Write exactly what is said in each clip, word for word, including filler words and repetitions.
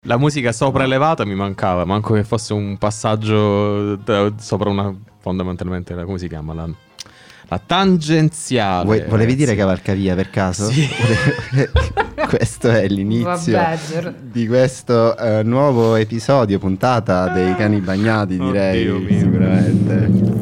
La musica sopraelevata mi mancava, manco che fosse un passaggio da- sopra una, fondamentalmente, come si chiama? La, la tangenziale. Vuoi- volevi ragazzi. dire cavalcavia per caso? Sì. Questo è l'inizio Vabbè, Ger- di questo eh, nuovo episodio, puntata dei cani bagnati, direi. Oddio mio. Sicuramente.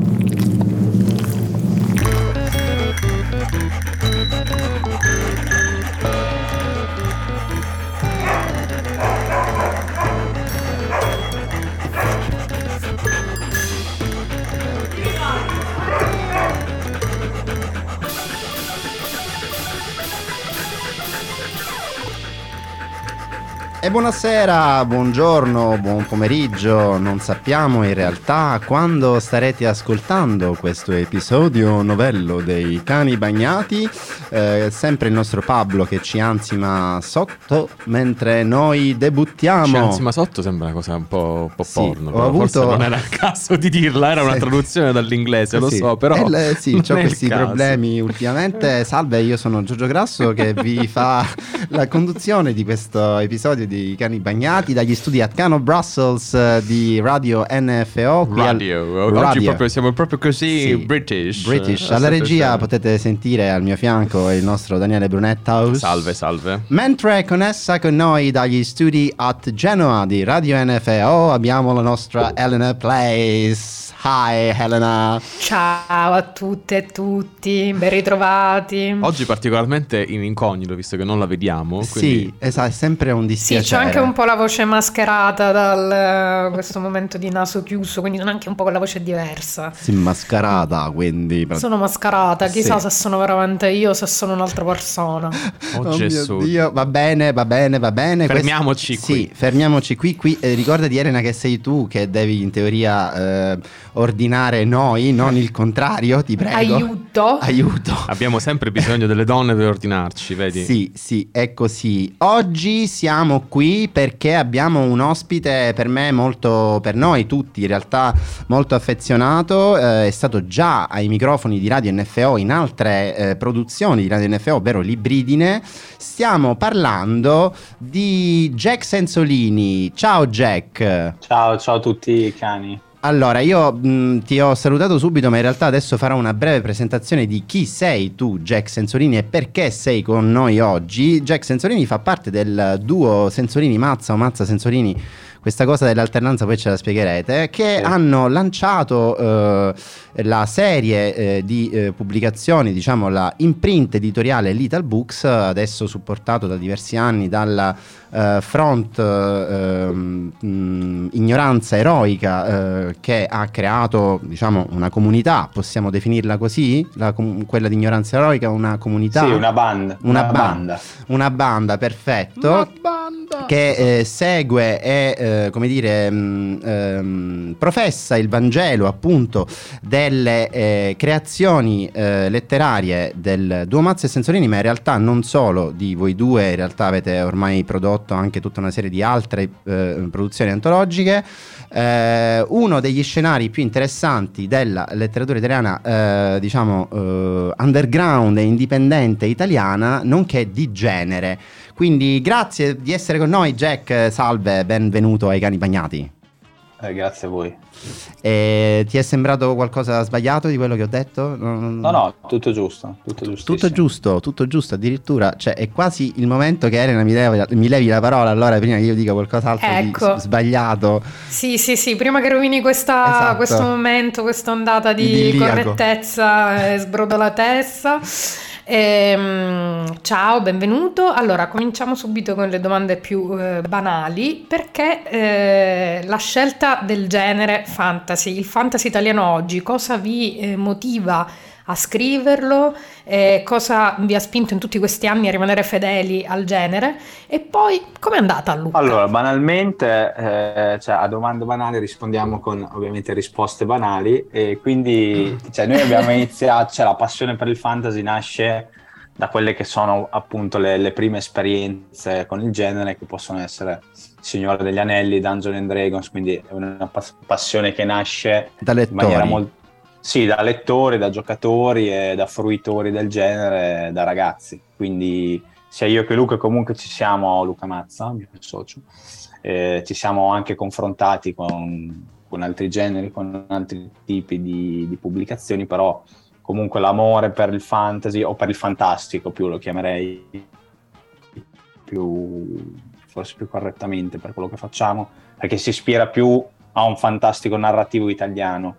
E buonasera, buongiorno, buon pomeriggio, non sappiamo in realtà quando starete ascoltando questo episodio novello dei cani bagnati, eh, sempre il nostro Pablo che ci ansima sotto mentre noi debuttiamo. Anzi, ma sotto sembra una cosa un po', un po' Sì, porno, ho però avuto- forse non era il caso di dirla, era una Sì. traduzione dall'inglese, lo Sì. so, però Eh, le- sì, non ho è il questi caso. problemi ultimamente. Salve, io sono Giorgio Grasso che vi fa la conduzione di questo episodio di Cani Bagnati dagli studi a Cano Brussels eh, di Radio N F O qui al- Radio, oggi Radio. proprio siamo proprio così Sì, British. British. Eh, Alla sempre regia sempre. potete sentire al mio fianco il nostro Daniele Brunetta. Salve, salve. Mentre connessa con noi dagli studi at Genoa di Radio N F O abbiamo la nostra Elena Place. Hi Elena. Ciao a tutte e tutti, ben ritrovati. Oggi particolarmente in incognito, visto che non la vediamo. Sì, Quindi... esatto, è sempre un Sì, dispiacere. c'ho anche un po' la voce mascherata dal questo momento di naso chiuso, quindi sono anche un po' con la voce diversa. Sì, mascherata, quindi. Sono mascherata, chissà Sì. se sono veramente io o se sono un'altra persona. Oh, Oh Gesù. mio Dio, va bene, va bene, va bene. Fermiamoci Quest- qui. Sì, fermiamoci qui. qui. Eh, ricordati Elena che sei tu che devi in teoria eh, ordinare noi, non il contrario, ti prego. Aiuto. Aiuto. Abbiamo sempre bisogno delle donne per ordinarci, vedi? Sì, sì, è così. Oggi siamo qui perché abbiamo un ospite per me molto, per noi tutti in realtà molto affezionato, eh, è stato già ai microfoni di Radio N F O in altre eh, produzioni di Radio N F O, ovvero Libridine. Stiamo parlando di Jack Sensolini. Ciao Jack. Ciao, ciao a tutti i cani. Allora, io mh, ti ho salutato subito, ma in realtà adesso farò una breve presentazione di chi sei tu, Jack Sensolini, e perché sei con noi oggi. Jack Sensolini fa parte del duo Sensolini Mazza o Mazza Sensolini, questa cosa dell'alternanza poi ce la spiegherete, che Sì. hanno lanciato eh, la serie eh, di eh, pubblicazioni, diciamo la imprint editoriale Little Books, adesso supportato da diversi anni dalla eh, front eh, mh, ignoranza eroica eh, che ha creato, diciamo, una comunità, possiamo definirla così, la com- quella di ignoranza eroica, una comunità, Sì, una band. una, una ba- banda. una banda, perfetto, Una banda. che eh, segue e eh, come dire mh, ehm, professa il Vangelo appunto delle eh, creazioni eh, letterarie del duo Mazza e Sensolini, ma in realtà non solo di voi due, in realtà avete ormai prodotto anche tutta una serie di altre eh, produzioni antologiche. Eh, uno degli scenari più interessanti della letteratura italiana, eh, diciamo eh, underground e indipendente italiana, nonché di genere. Quindi grazie di essere con noi Jack, salve, benvenuto ai Cani Bagnati. Eh, grazie a voi. E ti è sembrato qualcosa sbagliato di quello che ho detto? No, no, tutto giusto. Tutto giustissimo. Tutto giusto, tutto giusto, addirittura, cioè è quasi il momento che Elena mi levi, mi levi la parola, allora prima che io dica qualcos'altro Ecco. di s- sbagliato. Sì, sì, sì, prima che rovini questa, Esatto. questo momento, questa ondata di Idilliaco. correttezza e sbrodolatezza. Ehm, ciao, benvenuto. Allora, cominciamo subito con le domande più eh, banali. Perché eh, la scelta del genere fantasy, il fantasy italiano oggi, cosa vi eh, motiva a scriverlo? Eh, cosa vi ha spinto in tutti questi anni a rimanere fedeli al genere? E poi, com'è andata a Luca? Allora, banalmente, eh, cioè, a domande banali rispondiamo con ovviamente risposte banali e quindi cioè, noi abbiamo iniziato, cioè la passione per il fantasy nasce da quelle che sono appunto le, le prime esperienze con il genere, che possono essere Signore degli Anelli, Dungeons and Dragons, quindi è una pas- passione che nasce Da in maniera lettori. molto... Sì, da lettori, da giocatori e da fruitori del genere, da ragazzi. Quindi sia io che Luca comunque ci siamo, Luca Mazza, mio socio, eh, ci siamo anche confrontati con, con altri generi, con altri tipi di, di pubblicazioni, però comunque l'amore per il fantasy o per il fantastico, più lo chiamerei più forse più correttamente per quello che facciamo, perché si ispira più a un fantastico narrativo italiano,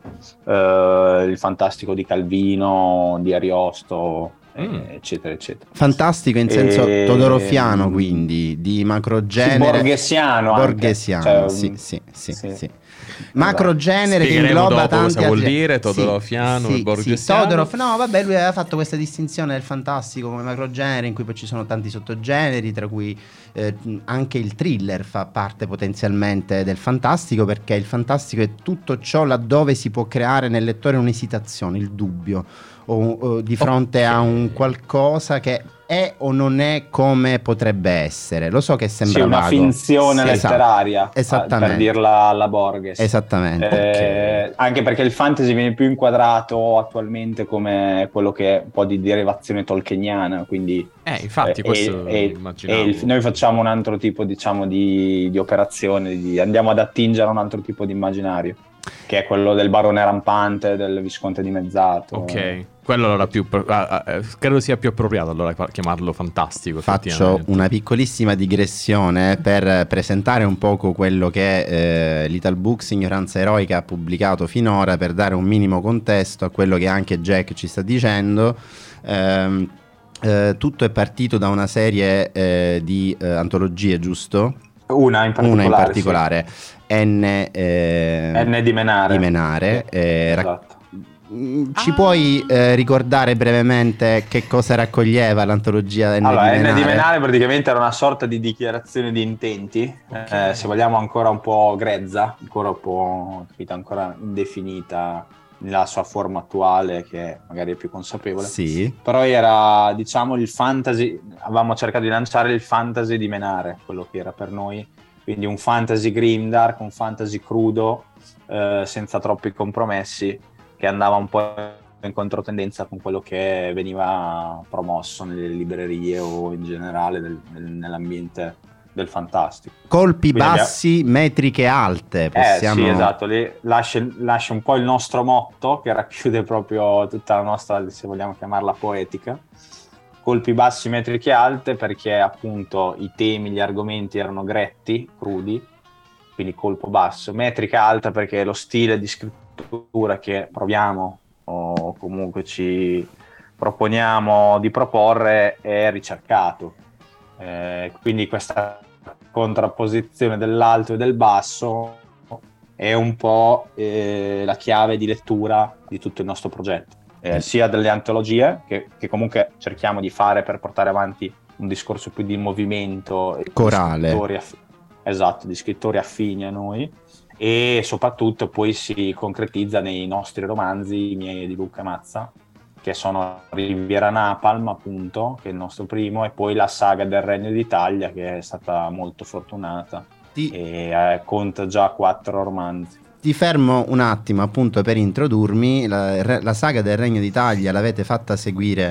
eh, il fantastico di Calvino, di Ariosto, mm. eccetera eccetera. Fantastico in senso e... todorofiano, quindi di macrogenere, sì, borghesiano, borghesiano, cioè, sì, sì, sì, sì. sì. Esatto. Macrogenere che ingloba tanti cosa vuol altri... dire Todorofiano, sì, il borghesiano. Sì, Todorov, no, vabbè, lui aveva fatto questa distinzione del fantastico come macrogenere, in cui poi ci sono tanti sottogeneri, tra cui eh, anche il thriller fa parte potenzialmente del fantastico, perché il fantastico è tutto ciò laddove si può creare nel lettore un'esitazione, il dubbio, o, o di fronte okay. a un qualcosa che è o non è come potrebbe essere. Lo so che sembra sì, una vago. finzione sì, letteraria, esattamente. Per dirla alla Borges. Esattamente. Eh, okay. Anche perché il fantasy viene più inquadrato attualmente come quello che è un po' di derivazione tolkieniana, quindi eh, infatti, eh, questo e, e il, noi facciamo un altro tipo, diciamo, di, di operazione, di, andiamo ad attingere a un altro tipo di immaginario, che è quello del barone rampante, del visconte dimezzato. Ok, quello allora più ah, ah, credo sia più appropriato allora chiamarlo fantastico. Faccio una piccolissima digressione per presentare un poco quello che eh, Little Books Ignoranza Eroica ha pubblicato finora, per dare un minimo contesto a quello che anche Jack ci sta dicendo. Ehm, eh, tutto è partito da una serie eh, di eh, antologie, giusto? Una in particolare, Una in particolare. Sì. N, eh, N di Menare, di Menare sì, eh, esatto. rac- ci ah. puoi eh, ricordare brevemente che cosa raccoglieva l'antologia N allora, di Menare? N di Menare praticamente era una sorta di dichiarazione di intenti, okay. eh, se vogliamo ancora un po' grezza, ancora un po' ancora indefinita nella sua forma attuale, che magari è più consapevole, sì. Però era, diciamo, il fantasy, avevamo cercato di lanciare il fantasy di Menare, quello che era per noi. Quindi un fantasy grimdark, un fantasy crudo, eh, senza troppi compromessi, che andava un po' in controtendenza con quello che veniva promosso nelle librerie o in generale del, nel, nell'ambiente del fantastico. Colpi Quindi bassi, abbiamo... metriche alte. Possiamo... Eh sì, esatto, lì lascia, lascia un po' il nostro motto, che racchiude proprio tutta la nostra, se vogliamo chiamarla, poetica. Colpi bassi, metriche alte, perché appunto i temi, gli argomenti erano gretti, crudi, quindi colpo basso. Metrica alta perché lo stile di scrittura che proviamo o comunque ci proponiamo di proporre è ricercato. Eh, quindi questa contrapposizione dell'alto e del basso è un po' eh, la chiave di lettura di tutto il nostro progetto. Eh, sia delle antologie che, che comunque cerchiamo di fare per portare avanti un discorso più di movimento corale, di scrittori aff- esatto, di scrittori affini a noi, e soprattutto poi si concretizza nei nostri romanzi, i miei e di Luca Mazza, che sono Riviera Napalm, appunto, che è il nostro primo, e poi la saga del Regno d'Italia, che è stata molto fortunata Ti... e eh, conta già quattro romanzi. Ti fermo un attimo appunto per introdurmi. La, la saga del Regno d'Italia l'avete fatta seguire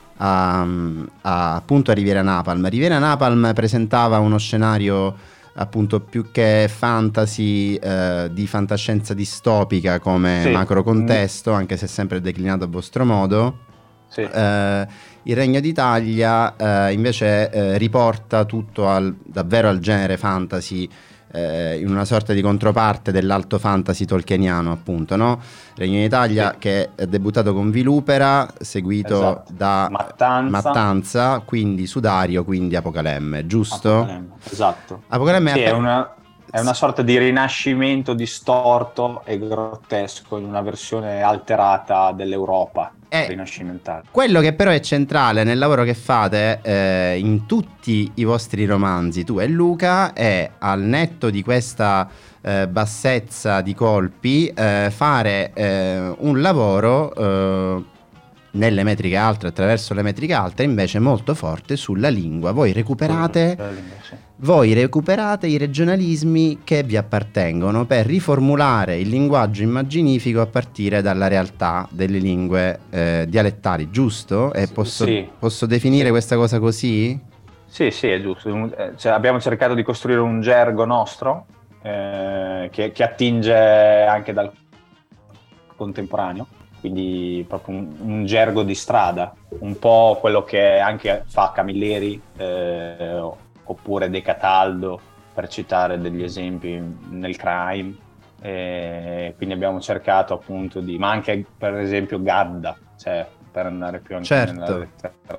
a, a, appunto a Riviera Napalm. Riviera Napalm presentava uno scenario appunto più che fantasy, eh, di fantascienza distopica come sì. macro contesto, anche se sempre declinato a vostro modo. Sì. Eh, il Regno d'Italia eh, invece eh, riporta tutto al, davvero al genere fantasy, in una sorta di controparte dell'alto fantasy tolkieniano, appunto, no? Regno d'Italia sì. che è debuttato con Vilupera, seguito esatto. da Mattanza. Mattanza, quindi Sudario, quindi Apocalemme, giusto? Apocalemme, esatto. Apocalemme sì, è, è una È una sorta di rinascimento distorto e grottesco in una versione alterata dell'Europa è rinascimentale. Quello che però è centrale nel lavoro che fate eh, in tutti i vostri romanzi, tu e Luca, è, al netto di questa eh, bassezza di colpi, eh, fare eh, un lavoro eh, nelle metriche alte, attraverso le metriche alte, invece molto forte sulla lingua. Voi recuperate, sì. voi recuperate i regionalismi che vi appartengono per riformulare il linguaggio immaginifico a partire dalla realtà delle lingue eh, dialettali, giusto? E posso, sì. posso definire sì. questa cosa così? Sì, sì, è giusto. Cioè, abbiamo cercato di costruire un gergo nostro eh, che, che attinge anche dal contemporaneo, quindi proprio un, un gergo di strada, un po' quello che anche fa Camilleri eh, oppure De Cataldo, per citare degli esempi nel crime. E quindi abbiamo cercato appunto di, ma anche per esempio Gadda, cioè per andare più anche Certo. nella letteratura.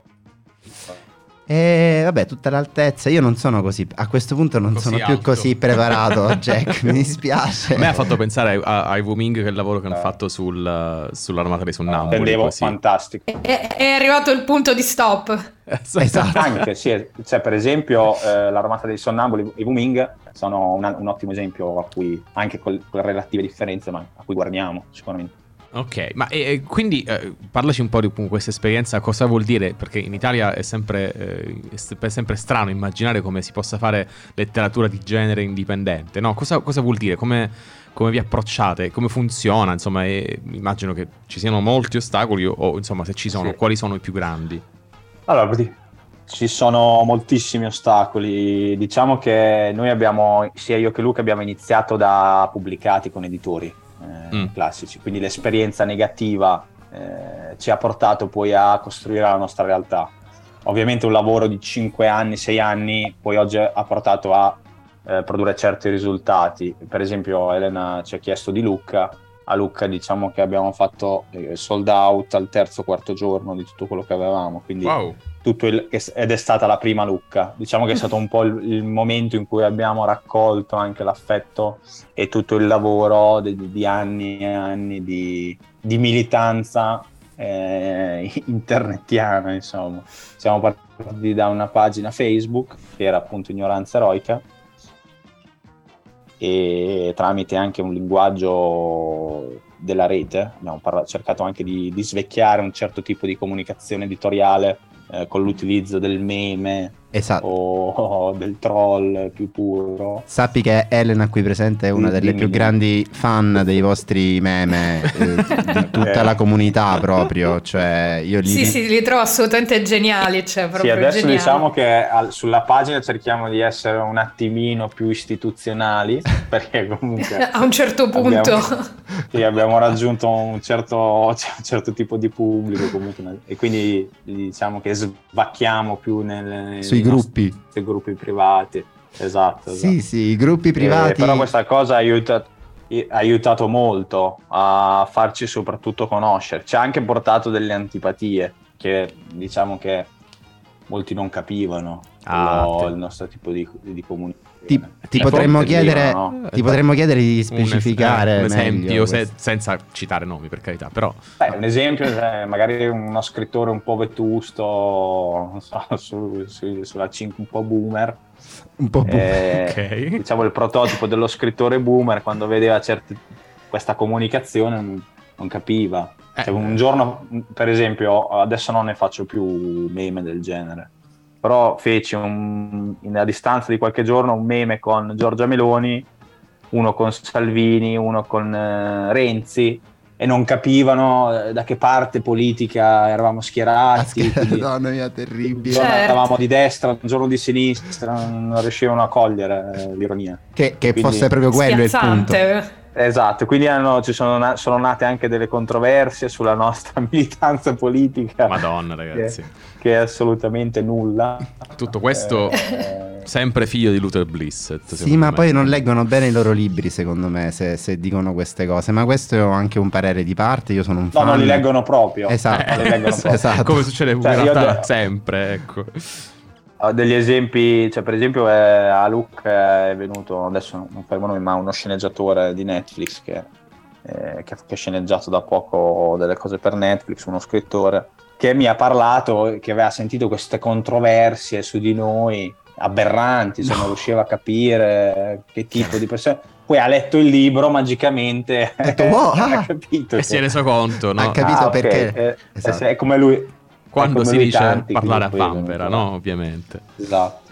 E vabbè, tutta l'altezza. Io non sono così, a questo punto non Così sono più alto. così preparato, Jack, mi dispiace. A me ha fatto pensare ai, a- ai Wuming, che è il lavoro che hanno Eh. fatto sul, sull'armata dei sonnambuli. Intendevo così. fantastico. È, è arrivato il punto di stop. Esatto. Anche, sì, cioè per esempio eh, l'armata dei sonnambuli, i Wuming sono una- un ottimo esempio a cui, anche con, con relative differenze, ma a cui guardiamo sicuramente. Ok, ma e, e quindi eh, parlaci un po' di di questa esperienza, cosa vuol dire? Perché in Italia è sempre, eh, è st- è sempre strano immaginare come si possa fare letteratura di genere indipendente, no? Cosa, cosa vuol dire? Come, come vi approcciate? Come funziona? Insomma, e, immagino che ci siano molti ostacoli o, o, insomma, se ci sono, Sì. quali sono i più grandi? Allora, vedi, ci sono moltissimi ostacoli. Diciamo che noi abbiamo, sia io che Luca, abbiamo iniziato da pubblicati con editori eh, Mm. classici, quindi l'esperienza negativa eh, ci ha portato poi a costruire la nostra realtà. Ovviamente un lavoro di cinque anni, sei anni, poi oggi ha portato a eh, produrre certi risultati. Per esempio Elena ci ha chiesto di Lucca. A Lucca diciamo che abbiamo fatto eh, sold out al terzo quarto giorno di tutto quello che avevamo, quindi Wow. tutto il, ed è stata la prima Lucca. Diciamo che è stato un po' il, il momento in cui abbiamo raccolto anche l'affetto e tutto il lavoro di, di anni e anni di, di militanza eh, internetiana, insomma. Siamo partiti da una pagina Facebook che era appunto Ignoranza Eroica, e tramite anche un linguaggio della rete abbiamo parlato, cercato anche di, di svecchiare un certo tipo di comunicazione editoriale eh, con l'utilizzo del meme Esatto. o, o del troll più puro. Sappi che Elena qui presente è una Sì, delle dimmi, più dimmi. grandi fan dei vostri meme, eh, di tutta Eh. la comunità proprio, cioè io li Sì, sì, li trovo assolutamente geniali, cioè Sì, proprio adesso geniali. diciamo che al- sulla pagina cerchiamo di essere un attimino più istituzionali, perché comunque A un certo punto. abbiamo, sì, abbiamo raggiunto un certo, cioè, un certo tipo di pubblico comunque, e quindi diciamo che svacchiamo più nel, nei sui nostri gruppi. gruppi privati. Esatto, Sì, esatto. sì, i gruppi privati. Eh, però questa cosa ha aiutato, ha aiutato molto a farci soprattutto conoscere. Ci ha anche portato delle antipatie che diciamo che molti non capivano Ah, lo- te- il nostro tipo di, di comunicazione. Ti, ti Eh, potremmo forse chiedere, prima, no? ti potremmo chiedere di Un es- specificare eh, un esempio, meglio se- questo. senza citare nomi, per carità, però Beh, un esempio è magari uno scrittore un po' vetusto, non so, su- su- sulla cinque un po' boomer. Un po' bu- Eh, ok. Diciamo il prototipo dello scrittore boomer, quando vedeva certi, questa comunicazione non, non capiva. Eh, Cioè, un giorno, per esempio, adesso non ne faccio più meme del genere, però feci un, in, a distanza di qualche giorno un meme con Giorgia Meloni, uno con Salvini, uno con eh, Renzi, e non capivano eh, da che parte politica eravamo schierati. quindi Madonna mia, un terribile. giorno Certo. eravamo di destra, un giorno di sinistra, non riuscivano a cogliere eh, l'ironia. Che, che Quindi- fosse proprio quello il punto. Spiazzante. Esatto, quindi hanno- ci sono, na- sono nate anche delle controversie sulla nostra militanza politica, Madonna, ragazzi. che, che è assolutamente nulla. Tutto questo Eh, sempre figlio di Luther Blissett. Sì, secondo ma me. poi non leggono bene i loro libri, secondo me, se, se dicono queste cose. Ma questo è anche un parere di parte. Io sono un no, fan. non li leggono proprio. Esatto. Non li leggono proprio. Esatto. Come succede Cioè, in io realtà de- sempre, ecco. Ho degli esempi, cioè per esempio eh, a Luca è venuto, adesso non faremo noi, ma uno sceneggiatore di Netflix che, eh, che, che ha sceneggiato da poco delle cose per Netflix, uno scrittore, che mi ha parlato, che aveva sentito queste controversie su di noi, aberranti, se No. non riusciva a capire che tipo di persone. Poi ha letto il libro magicamente, Ha detto, wow, ha ah. capito. E che- si è reso conto, no? Ha capito Ah, ok, perché. eh, Esatto. È come lui. Quando è come si lui dice tanti, parlare a quindi poi è vanvera, venuto no? là. Ovviamente. Esatto.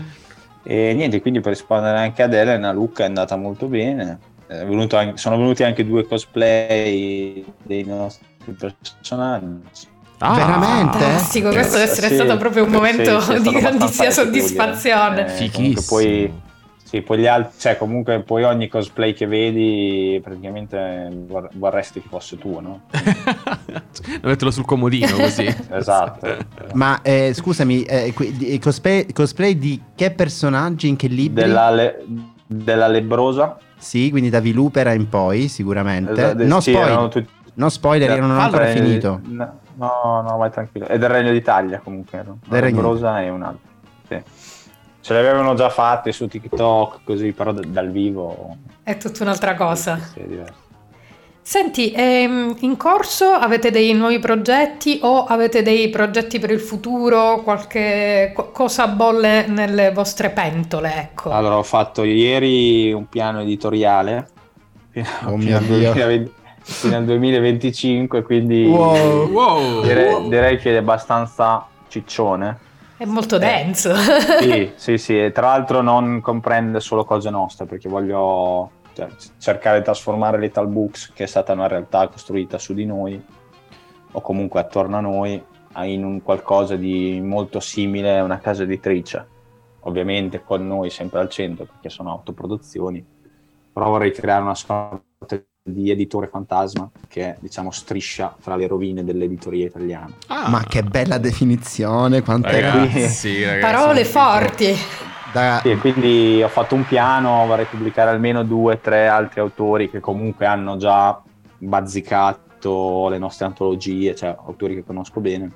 E niente, quindi per rispondere anche ad Elena, Luca è andata molto bene. È venuto anche- sono venuti anche due cosplay dei nostri personaggi. Ah, veramente? Fantastico, questo deve essere Sì, stato proprio un momento sì, sì, è di stato grandissima abbastanza soddisfazione. Eh, Fighissimo. Poi, sì, poi gli altri, cioè comunque poi ogni cosplay che vedi praticamente vor- vorresti che fosse tuo, no? Metterlo sul comodino così. Esatto. Ma eh, scusami, eh, qui- di- cosplay, cosplay di che personaggi, in che libri? Della, le- della Lebbrosa. Sì, quindi da Vilupera in poi, sicuramente. Esatto, No sì, spoiler, erano tutti- no spoiler, io non ho ancora Regno- finito. No, no, vai tranquillo. È del Regno d'Italia comunque. No? Del Regno Lebbrosa è un altro. Sì. Ce le avevano già fatte su TikTok, così, però d- dal vivo È tutta un'altra cosa. sì, è diverso. Senti, ehm, in corso avete dei nuovi progetti o avete dei progetti per il futuro? Qualche co- cosa bolle nelle vostre pentole, ecco. Allora, ho fatto ieri un piano editoriale fino, Oh fino mio al Dio. duemilaventi fino al duemilaventicinque, quindi Wow. Wow. direi, direi che è abbastanza ciccione. È molto denso. Sì, sì, sì, e tra l'altro non comprende solo cose nostre, perché voglio cioè, c- cercare di trasformare Lethal Books, che è stata una realtà costruita su di noi, o comunque attorno a noi, a- in un qualcosa di molto simile a una casa editrice. Ovviamente con noi sempre al centro, perché sono autoproduzioni, però vorrei creare una sorta di editore fantasma che, diciamo, striscia fra le rovine dell'editoria italiana. Ah. Ma che bella definizione, quanto Ragazzi, ragazzi, Parole forti. da... Sì, quindi ho fatto un piano, vorrei pubblicare almeno due o tre altri autori che comunque hanno già bazzicato le nostre antologie, cioè autori che conosco bene.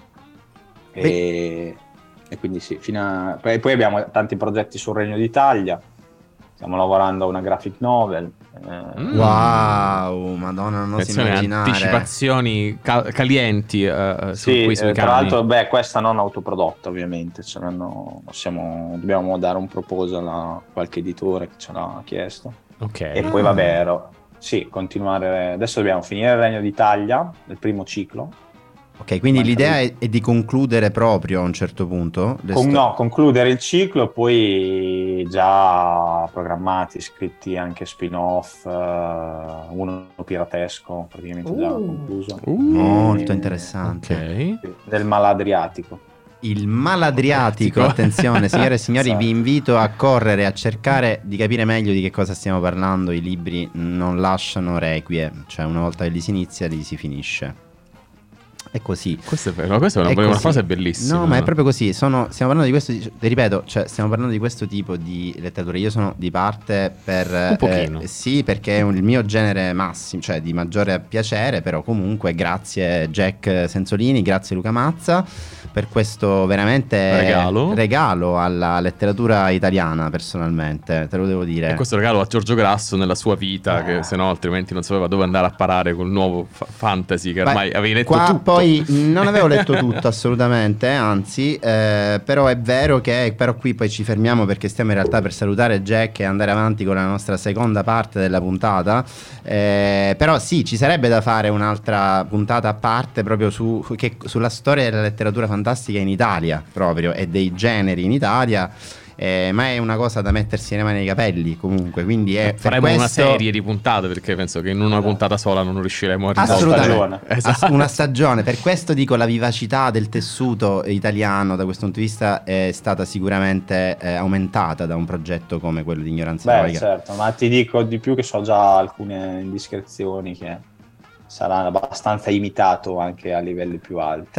E, e quindi sì, fino a... poi, poi abbiamo tanti progetti sul Regno d'Italia, stiamo lavorando a una graphic novel. eh, Mm. Wow, madonna, non oso Attenzione, immaginare. anticipazioni ca- calienti eh, su Sì, qui sui eh, tra canali. l'altro, beh, questa non autoprodotta ovviamente, ce l'hanno- siamo- dobbiamo dare un proposal a qualche editore che ce l'ha chiesto. Ok. E poi vabbè, ero- sì, continuare. Adesso dobbiamo finire il Regno d'Italia, il primo ciclo. Ok, quindi Manca l'idea di- è, è di concludere proprio a un certo punto? le Con- sto- no, concludere il ciclo, poi già programmati, scritti anche spin-off, eh, uno piratesco, praticamente già Uh. concluso. Uh, Molto Eh, interessante. ok. Sì, del Maladriatico. Il Maladriatico, Adriatico. attenzione signore e signori, Sì. vi invito a correre a cercare di capire meglio di che cosa stiamo parlando. I libri non lasciano requie, cioè una volta che li si inizia li si finisce. È così. Questo è vero, questa è una, È una così. frase bellissima. No, ma è proprio così. Sono, stiamo parlando di questo, ti ripeto, cioè stiamo parlando di questo tipo di letteratura. Io sono di parte per Un pochino. eh, sì, perché è un- il mio genere massimo, cioè di maggiore piacere, però comunque grazie Jack Sensolini, grazie Luca Mazza per questo veramente Regalo. regalo alla letteratura italiana, personalmente, te lo devo dire. E questo regalo a Giorgio Grasso nella sua vita, che se no altrimenti non sapeva dove andare a parare col nuovo fa- fantasy che Beh, ormai avevi letto qua tutto. poi non avevo letto tutto assolutamente, anzi, eh, però è vero che però qui poi ci fermiamo perché stiamo in realtà per salutare Jack e andare avanti con la nostra seconda parte della puntata. Eh, però sì, ci sarebbe da fare un'altra puntata a parte proprio su, che, sulla storia della letteratura fantastica in Italia proprio e dei generi in Italia. Eh, ma è una cosa da mettersi le mani nei capelli comunque, quindi è per Faremo una questo- serie di puntate perché penso che in una puntata sola non riusciremo a risolvere. Assolutamente, stagione. Esatto. Ass- una stagione. Per questo dico la vivacità del tessuto italiano da questo punto di vista è stata sicuramente eh, aumentata da un progetto come quello di Ignoranza Beh, Eroica. certo, ma ti dico di più che so già alcune indiscrezioni che saranno abbastanza imitato anche a livelli più alti.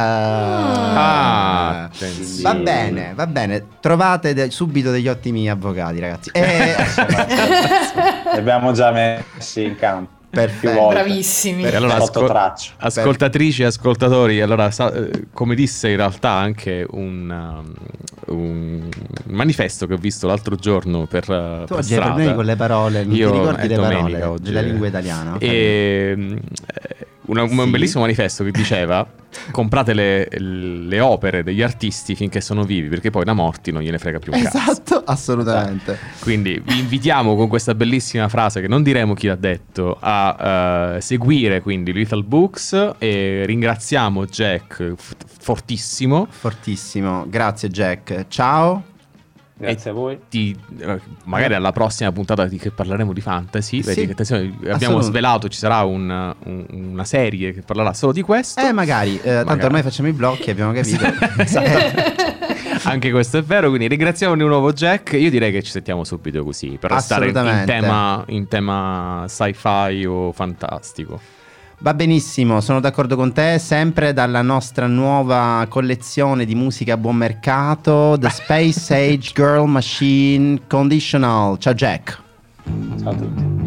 Ah. Ah, attenzione. Va bene, va bene. Trovate de- subito degli ottimi avvocati, ragazzi. Eh, Li abbiamo già messi in campo. perfetto. Più volte. Bravissimi. E allora Sotto ascol- traccia. ascoltatrici e ascoltatori, allora sa- eh, come disse in realtà anche un, um, un manifesto che ho visto l'altro giorno per, uh, Tu per oggi hai strada. problemi con le parole, non Io- ti ricordi è le domenica parole oggi. della lingua italiana? Ho E mm, eh, una- un Sì. bellissimo manifesto che diceva: comprate le, le opere degli artisti finché sono vivi, perché poi da morti non gliene frega più un cazzo. Esatto, assolutamente. Quindi vi invitiamo con questa bellissima frase, che non diremo chi l'ha detto, a eh, seguire quindi Lethal Books, e ringraziamo Jack f- fortissimo. Fortissimo, grazie Jack. Ciao. Grazie e a voi. Ti, magari alla prossima puntata di che parleremo di fantasy. Sì, vedi che attenzione, abbiamo svelato, ci sarà un, un, una serie che parlerà solo di questo. Eh magari, eh, magari. Tanto ormai facciamo i blocchi, abbiamo capito. Anche questo è vero, quindi ringraziamo di nuovo Jack. Io direi che ci sentiamo subito così, per restare in tema, in tema sci-fi o fantastico. Va benissimo, sono d'accordo con te, sempre dalla nostra nuova collezione di musica a buon mercato, The Space Age Girl Machine Conditional. Ciao Jack. Ciao a tutti.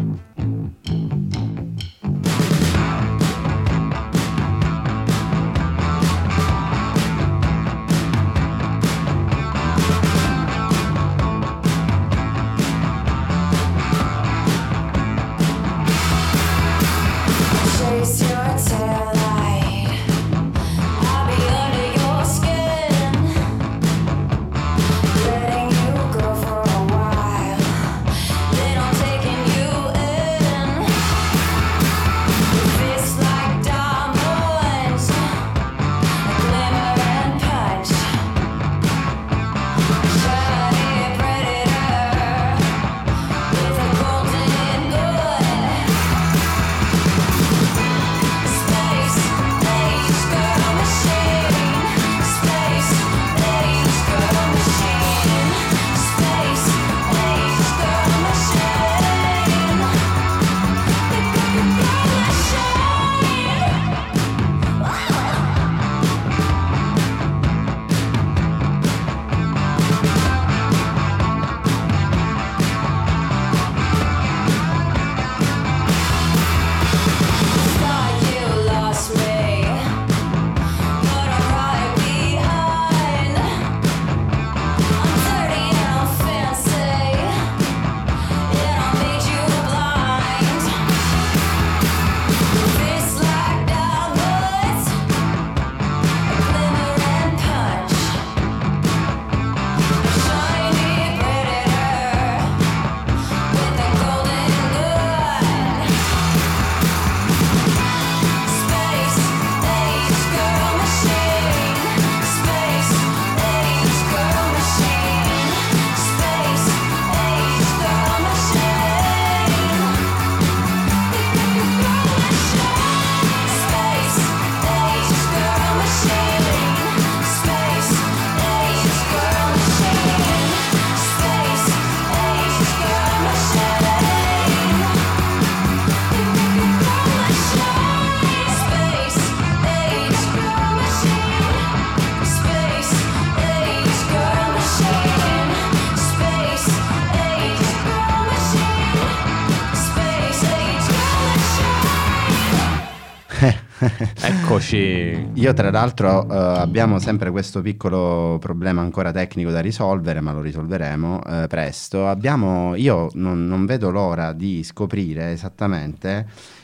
Eccoci. Io tra l'altro uh, abbiamo sempre questo piccolo problema ancora tecnico da risolvere, ma lo risolveremo uh, presto. Abbiamo, io non, non vedo l'ora di scoprire esattamente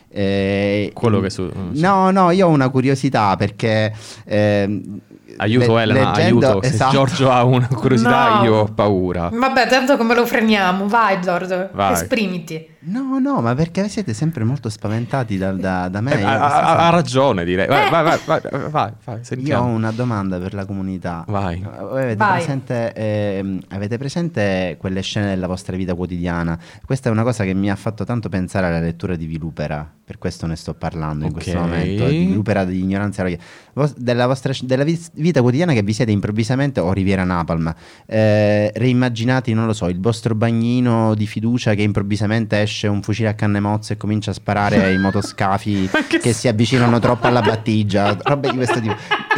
eh, quello che su no no io ho una curiosità perché eh, aiuto le, Elena, leggendo, aiuto. Se esatto. Giorgio ha una curiosità, No. io ho paura. Vabbè, tanto come lo freniamo? Vai Giorgio, Vai. esprimiti. No, no, ma perché siete sempre molto spaventati da, da, da me? Eh, Io ha, questa ha- cosa- ha ragione, direi. Vai, vai, vai, vai, vai, vai, vai, Io ho sentiamo. una domanda per la comunità. Vai. Voi avete, Vai. presente, ehm, avete presente quelle scene della vostra vita quotidiana? Questa è una cosa che mi ha fatto tanto pensare alla lettura di Vilupera, per questo ne sto parlando in Ok. questo momento. Di Vilupera di Ignoranza e Eroe. Vos- della vostra della vis- vita quotidiana che vi siete improvvisamente, o Riviera Napalm, eh, reimmaginati, non lo so, il vostro bagnino di fiducia che improvvisamente esce un fucile a canne mozze e comincia a sparare ai motoscafi che che si avvicinano troppo alla battigia, robe di questo tipo.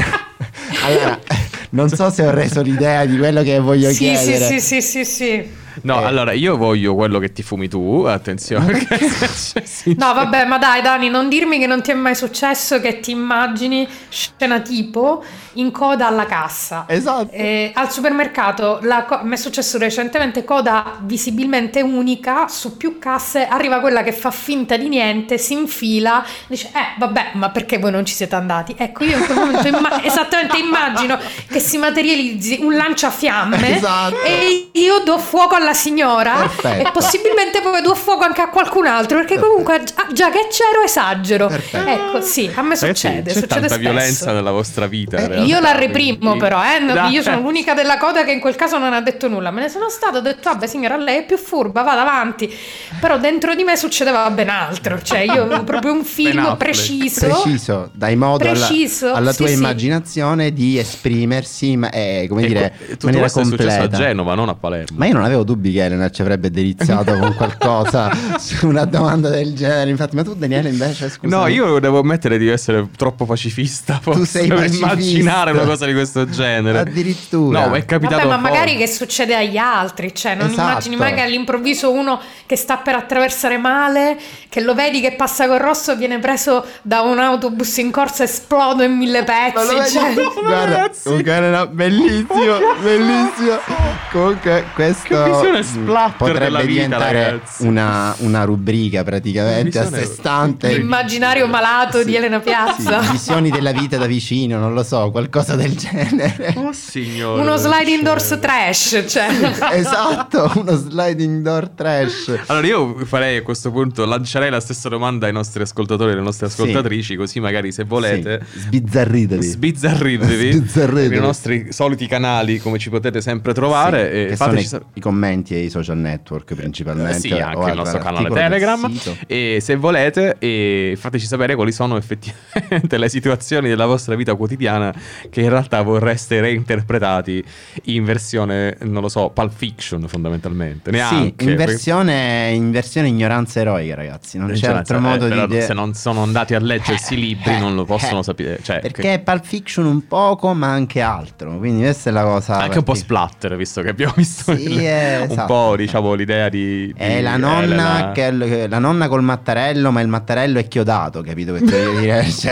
Allora, non so se ho reso l'idea di quello che voglio Sì, sì, chiedere. sì, sì, sì, sì. No, Eh. allora io voglio quello che ti fumi tu, attenzione. perché- sì, No, vabbè, ma dai, Dani, non dirmi che non ti è mai successo che ti immagini scena tipo in coda alla cassa. Esatto. Eh, al supermercato la co- mi è successo recentemente, coda visibilmente unica, su più casse arriva quella che fa finta di niente, si infila, dice eh vabbè, ma perché voi non ci siete andati? Ecco, io in quel momento imma- esattamente immagino che si materializzi un lanciafiamme Esatto. e io do fuoco alla alla signora. Perfetto. E possibilmente poi do fuoco anche a qualcun altro, perché comunque già, già che c'ero esagero. Perfetto. Ecco, sì, a me Ragazzi, succede, c'è succede tanta spesso. violenza nella vostra vita. in Eh, io realtà, la reprimo quindi- però, eh, no, Dai. io sono l'unica della coda che in quel caso non ha detto nulla. Me ne sono stata, ho detto vabbè signora, lei è più furba, vada avanti. Però dentro di me succedeva ben altro, cioè io avevo proprio un Ben film Affleck. preciso. Preciso, dai modo alla- Preciso, alla, sì, tua sì. immaginazione di esprimersi, ma è, come E dire, que- in tutto maniera questo è successo a completa. Genova, non a Palermo. Ma io non avevo dubbi che Elena ci avrebbe deliziato con qualcosa su una domanda del genere. Infatti, ma tu, Daniele, invece, scusa. No, io devo ammettere di essere troppo pacifista. Tu sei per pacifista. immaginare una cosa di questo genere. Addirittura. No, è capitato. Vabbè, ma magari poi. che succede agli altri, cioè non Esatto. immagini mai che all'improvviso uno che sta per attraversare male, che lo vedi che passa col rosso, viene preso da un autobus in corsa, esplodo in mille Ma lo vedi? pezzi. Cioè, Guarda, ragazzi. comunque era bellissimo, bellissimo. Comunque questo Che visione mh, splatter potrebbe della vita, diventare ragazzi. una, una rubrica praticamente a Visione- sé stante. l'immaginario malato di Elena Piazza. Sì, visioni della vita da vicino, non lo so, qualcosa del genere. Oh signore. Uno sliding doors Cioè- trash, cioè. Esatto, uno sliding door trash. Allora io farei a questo punto, lancerei la stessa domanda ai nostri ascoltatori e alle nostre Sì. ascoltatrici, così magari se volete Sì, sbizzarritevi. sbizzarritevi Sbizzarritevi. nei nostri soliti canali, come ci potete sempre trovare, Sì, e che sono fateci i, sapere. i commenti e i social network principalmente. Eh sì, o anche il nostro canale all'articolo del Telegram. sito. E se volete, e fateci sapere quali sono effettivamente le situazioni della vostra vita quotidiana che in realtà vorreste reinterpretati in versione, non lo so, Pulp Fiction fondamentalmente. Neanche. Sì, in versione, in versione ignoranza eroica, ragazzi. Non c'è Cioè, altro eh, modo però di. se non sono andati a leggersi i libri Eh, non lo possono eh, sapere. Cioè, Perché che- è Pulp Fiction un poco, ma anche altro. Quindi questa è la cosa. anche un po' partic- splatter, visto che abbiamo visto Sì, il- eh, un esatto. po', diciamo, l'idea di, di È la nonna, Elena. che, che- la nonna col mattarello, ma il mattarello è chiodato, capito che ti voglio dire? Cioè,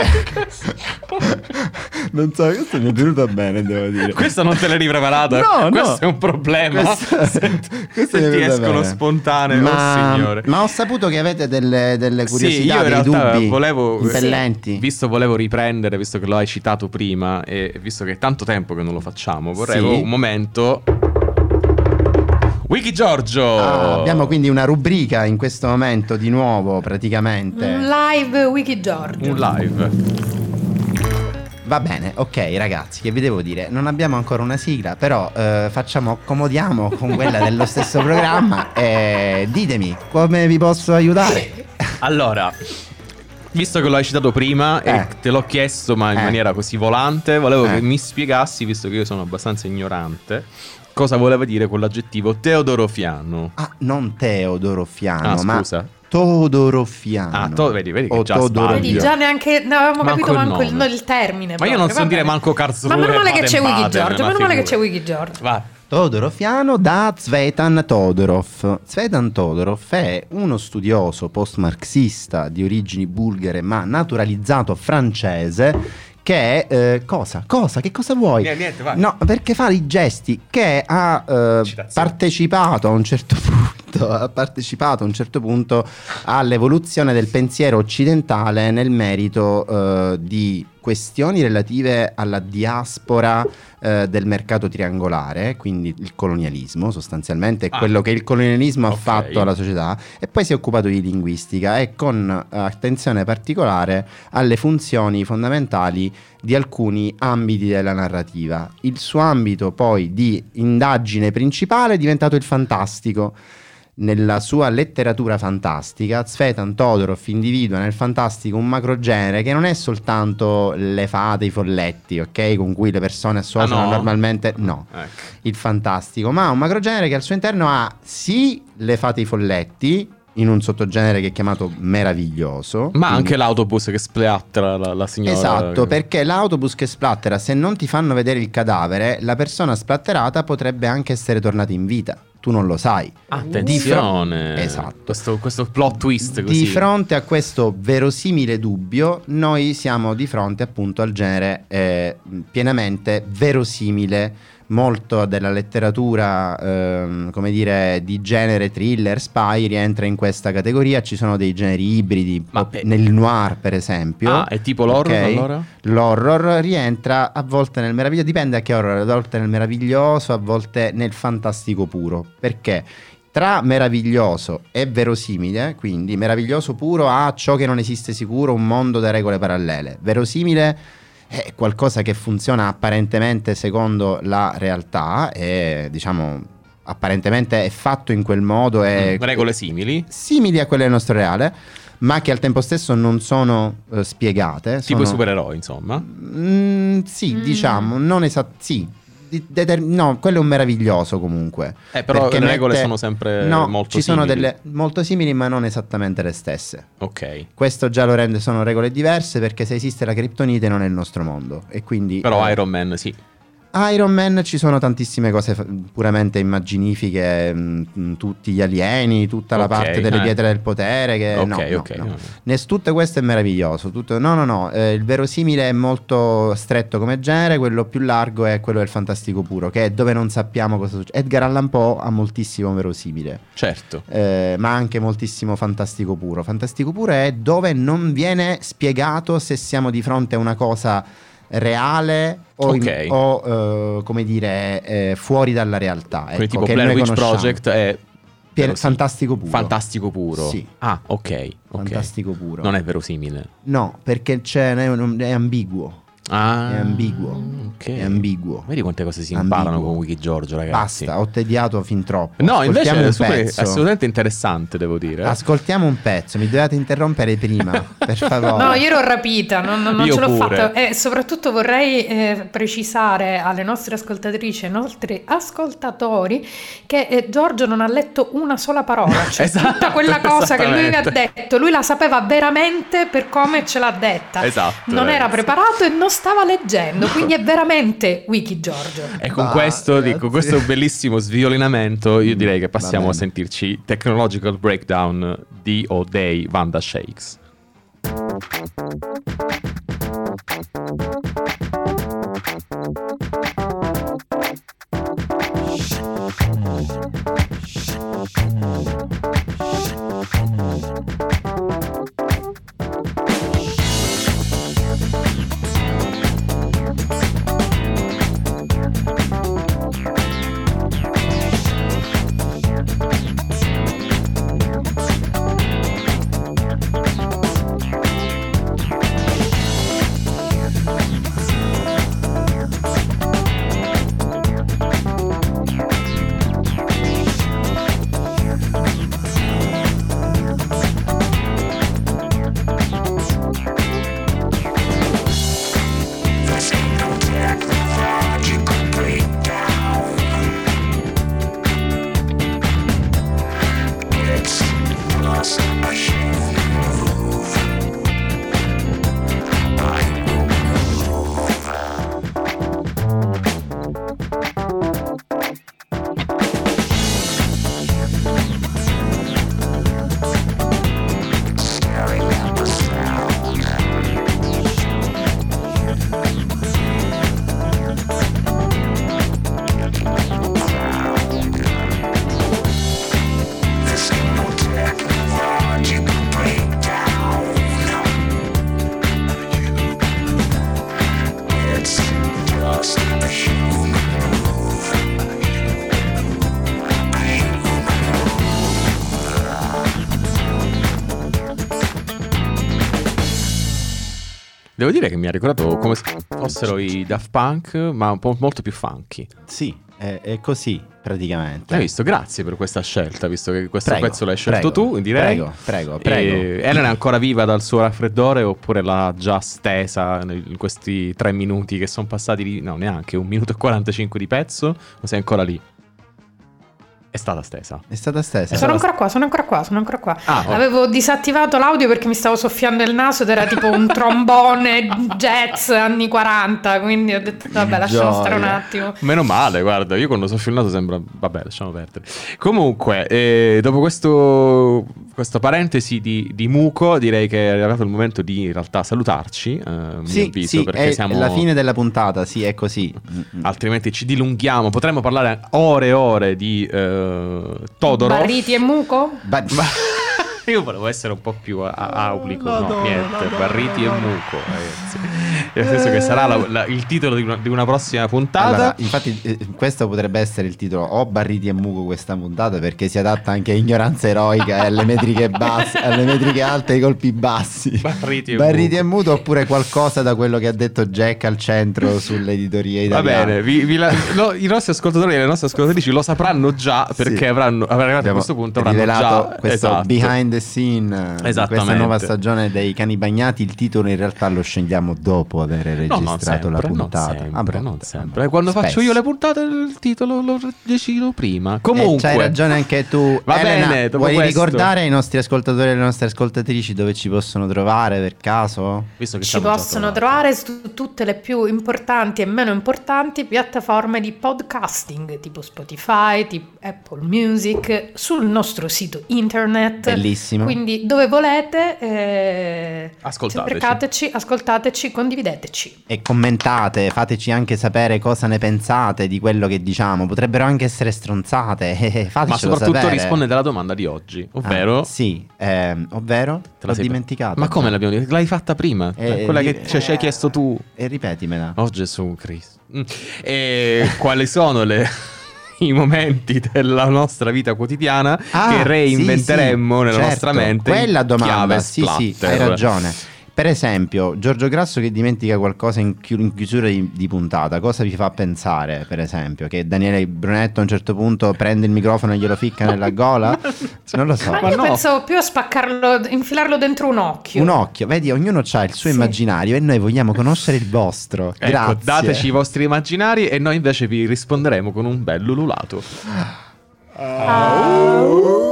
non so, questo mi è venuto bene, devo dire. Questo non te l'hai ripreparato? No, questo no. è un problema. Questo- se questo se mi è ti venuto escono bene. spontanee, ma, oh signore. ma ho saputo che avete delle, delle Sì, curiosità, io in dei realtà dubbi volevo, impellenti. visto volevo riprendere, visto che lo hai citato prima e visto che è tanto tempo che non lo facciamo, vorrei Sì. un momento. Wiki Giorgio. Ah, abbiamo quindi una rubrica in questo momento di nuovo praticamente. Un live Wiki Giorgio. un live. Va bene, ok ragazzi, che vi devo dire? Non abbiamo ancora una sigla, però eh, facciamo, accomodiamo con quella dello stesso programma e ditemi come vi posso aiutare. Allora, visto che lo hai citato prima Eh. e te l'ho chiesto ma in Eh. maniera così volante, volevo Eh. che mi spiegassi, visto che io sono abbastanza ignorante, cosa voleva dire con l'aggettivo teodorofiano. Ah, non Teodorofiano, Ah, ma scusa. Todorofiano. Ah, to- vedi, vedi che O già Todorofiano. Vedi, già neanche ne avevamo Manco capito il manco il, nome. il termine. Ma io non proprio, so va dire bene. manco Karlsruhe. Ma meno male che c'è Baden-Baden, Wiki Giorgio, ma meno male che figurati. c'è Wiki Giorgio. Vai. Todorofiano da Tzvetan Todorov. Tzvetan Todorov è uno studioso post-marxista di origini bulgare ma naturalizzato francese che eh, cosa? Cosa? Che cosa vuoi? Niente, niente, vai. No, perché fa i gesti che ha eh, Citazione. partecipato a un certo punto, ha partecipato a un certo punto all'evoluzione del pensiero occidentale nel merito eh, di questioni relative alla diaspora eh, del mercato triangolare, quindi il colonialismo sostanzialmente, è Ah. quello che il colonialismo Ok. ha fatto alla società, e poi si è occupato di linguistica e con eh, attenzione particolare alle funzioni fondamentali di alcuni ambiti della narrativa. Il suo ambito poi di indagine principale è diventato il fantastico. Nella sua letteratura fantastica, Tzvetan Todorov individua nel fantastico un macrogenere che non è soltanto le fate, i folletti, ok? Con cui le persone associano Ah, no? normalmente, no, Ecco. il fantastico, ma un macrogenere che al suo interno ha sì le fate, i folletti, in un sottogenere che è chiamato meraviglioso. Ma quindi- anche l'autobus che splattera la, la signora. Esatto, perché l'autobus che splattera, se non ti fanno vedere il cadavere, la persona splatterata potrebbe anche essere tornata in vita. Tu non lo sai. Attenzione. Di fro- esatto. Questo, questo plot twist così. Di fronte a questo verosimile dubbio, noi siamo di fronte appunto al genere eh, pienamente verosimile molto della letteratura ehm, come dire di genere thriller, spy rientra in questa categoria. Ci sono dei generi ibridi, Ma è... nel noir per esempio. Ah, è tipo l'horror, okay? allora? L'horror rientra a volte nel meraviglioso, dipende a che horror, a volte nel meraviglioso, a volte nel fantastico puro, perché tra meraviglioso e verosimile, quindi meraviglioso puro ha ciò che non esiste sicuro, un mondo da regole parallele, verosimile è qualcosa che funziona apparentemente secondo la realtà e diciamo apparentemente è fatto in quel modo e mm, regole simili simili a quelle del nostro reale, ma che al tempo stesso non sono uh, spiegate, tipo sono... i supereroi, insomma. Mm, sì, Mm. diciamo, non esatto, sì. Di- deter- no, quello è un meraviglioso comunque. Eh, però perché le regole mette- sono sempre no, molto ci sono simili. delle molto simili, ma non esattamente le stesse. Ok. Questo già lo rende, sono regole diverse, perché se esiste la criptonite non è il nostro mondo. E quindi Però eh, Iron Man sì. Iron Man ci sono tantissime cose f- puramente immaginifiche, mh, tutti gli alieni, tutta la Ok, parte delle eh. pietre del potere che Ok, no, no, ok, no. no, no. Nes- tutto questo è meraviglioso, tutto- no no no, eh, il verosimile è molto stretto come genere, quello più largo è quello del fantastico puro, che è dove non sappiamo cosa succede. Edgar Allan Poe ha moltissimo verosimile, Certo. eh, ma anche moltissimo fantastico puro. Fantastico puro è dove non viene spiegato se siamo di fronte a una cosa reale o, in- Ok. o, eh, come dire eh, fuori dalla realtà, Quindi ecco, tipo che Blair noi Witch conosciamo. Project è Pier- verosimile. fantastico puro. Fantastico puro. Sì. Ah, ok, ok. Fantastico puro. Non è verosimile. No, perché c'è, è, un- è ambiguo. Ah, È ambiguo. ok. È ambiguo. Vedi quante cose si Ambiguo. imparano con Wiki Giorgio, ragazzi. Basta, ho tediato fin troppo. No, Ascoltiamo invece è un super- pezzo. assolutamente interessante, devo dire. Ascoltiamo un pezzo, mi dovete interrompere prima, per favore. No, io ero rapita, non, non- non Io ce l'ho pure. fatta. E soprattutto vorrei eh, precisare alle nostre ascoltatrici e ai nostri ascoltatori che eh, Giorgio non ha letto una sola parola. Cioè, Esatto, tutta quella cosa che lui mi ha esattamente. detto, lui la sapeva veramente per come ce l'ha detta. Esatto, Non era ragazzi. preparato e non stava leggendo, quindi è veramente Wiki Giorgio. E con Va, questo, ragazzi. con questo bellissimo sviolinamento, io direi che Va passiamo a bene. sentirci Technological Breakdown di o dei Vanda Shakes. Devo dire che mi ha ricordato come se fossero i Daft Punk, ma un po' molto più funky. Sì, è, è così praticamente. Hai visto? Grazie per questa scelta, visto che questo Prego, pezzo l'hai scelto prego, tu, direi. Prego, prego, prego. E Elena è ancora viva dal suo raffreddore oppure l'ha già stesa in questi tre minuti che sono passati di... No, neanche, un minuto e quarantacinque di pezzo, o sei ancora lì? È stata stesa. È stata stesa. Sono ancora qua, sono ancora qua, sono ancora qua. Ah, oh. Avevo disattivato l'audio perché mi stavo soffiando il naso ed era tipo un trombone jazz anni quaranta, quindi ho detto vabbè, lasciamo Gioia. stare un attimo. Meno male, guarda, io quando sono filmato sembra... Vabbè, lasciamo perdere. Comunque, eh, dopo questo questa parentesi di, di Muco, direi che è arrivato il momento di in realtà salutarci, eh, a mio Sì, avviso, sì, perché è siamo... la fine della puntata, sì, è così. altrimenti ci dilunghiamo. Potremmo parlare ore e ore di eh, Todorov. Barriti e Muco? Ba- Io volevo essere un po' più a- aulico, no, no, no, niente, no, no, Barriti no, e no. Muco, ragazzi. Nel senso che sarà la- la- il titolo di una, di una prossima puntata. Allora, infatti, eh, questo potrebbe essere il titolo: o Barriti e Muco questa puntata, perché si adatta anche a ignoranza eroica e alle metriche basse, alle metriche alte e ai colpi bassi. Barriti e Barriti Muco. e Muto, oppure qualcosa da quello che ha detto Jack al centro sull'editoria Va italiana. bene, vi- vi la- no, i nostri ascoltatori e le nostre ascoltatrici lo sapranno già, perché Sì. avranno, arrivati a Abbiamo questo punto avranno rivelato già questo esatto. behind the scene di questa Esattamente. nuova stagione dei Cani Bagnati. Il titolo in realtà lo scegliamo dopo aver No, non registrato la sempre, puntata. non sempre, Vabbè, non vabbè, sempre. vabbè. Quando faccio Spesso. io le puntate il titolo lo decido prima. Eh, Comunque c'hai ragione anche tu. Va Elena, bene, dopo vuoi questo- ricordare ai nostri ascoltatori e alle nostre ascoltatrici dove ci possono trovare per caso? visto che Ci abbiamo già possono trovato. trovare su tutte le più importanti e meno importanti piattaforme di podcasting, tipo Spotify, tipo Apple Music, sul nostro sito internet. Bellissimo. Quindi dove volete, eh, Ascoltateci. cercateci, ascoltateci, condivideteci. E commentate, fateci anche sapere cosa ne pensate di quello che diciamo. Potrebbero anche essere stronzate. eh, Fatecelo Ma soprattutto sapere. rispondete alla domanda di oggi, ovvero Ah, sì, ehm, ovvero? Te la L'ho sei- dimenticato. Ma come l'abbiamo detto? L'hai fatta prima? Eh, Quella di- che ci ci hai chiesto tu. E ripetimela. Oh Gesù Cristo. Mm. E quali sono le i momenti della nostra vita quotidiana Ah, che reinventeremmo sì, sì, nella certo. nostra mente? Quella domanda, chiave sì, sì, splatter. hai ragione. Per esempio, Giorgio Grasso che dimentica qualcosa in, chi- in chiusura di, di puntata, cosa vi fa pensare, per esempio? Che Daniele Brunetto a un certo punto prende il microfono e glielo ficca nella gola? Non lo so. Ma Ma io no. penso più a spaccarlo, infilarlo dentro un occhio. Un occhio, vedi, ognuno ha il suo Sì. immaginario e noi vogliamo conoscere il vostro. Ecco, Grazie. dateci i vostri immaginari e noi invece vi risponderemo con un bel ululato. Ah.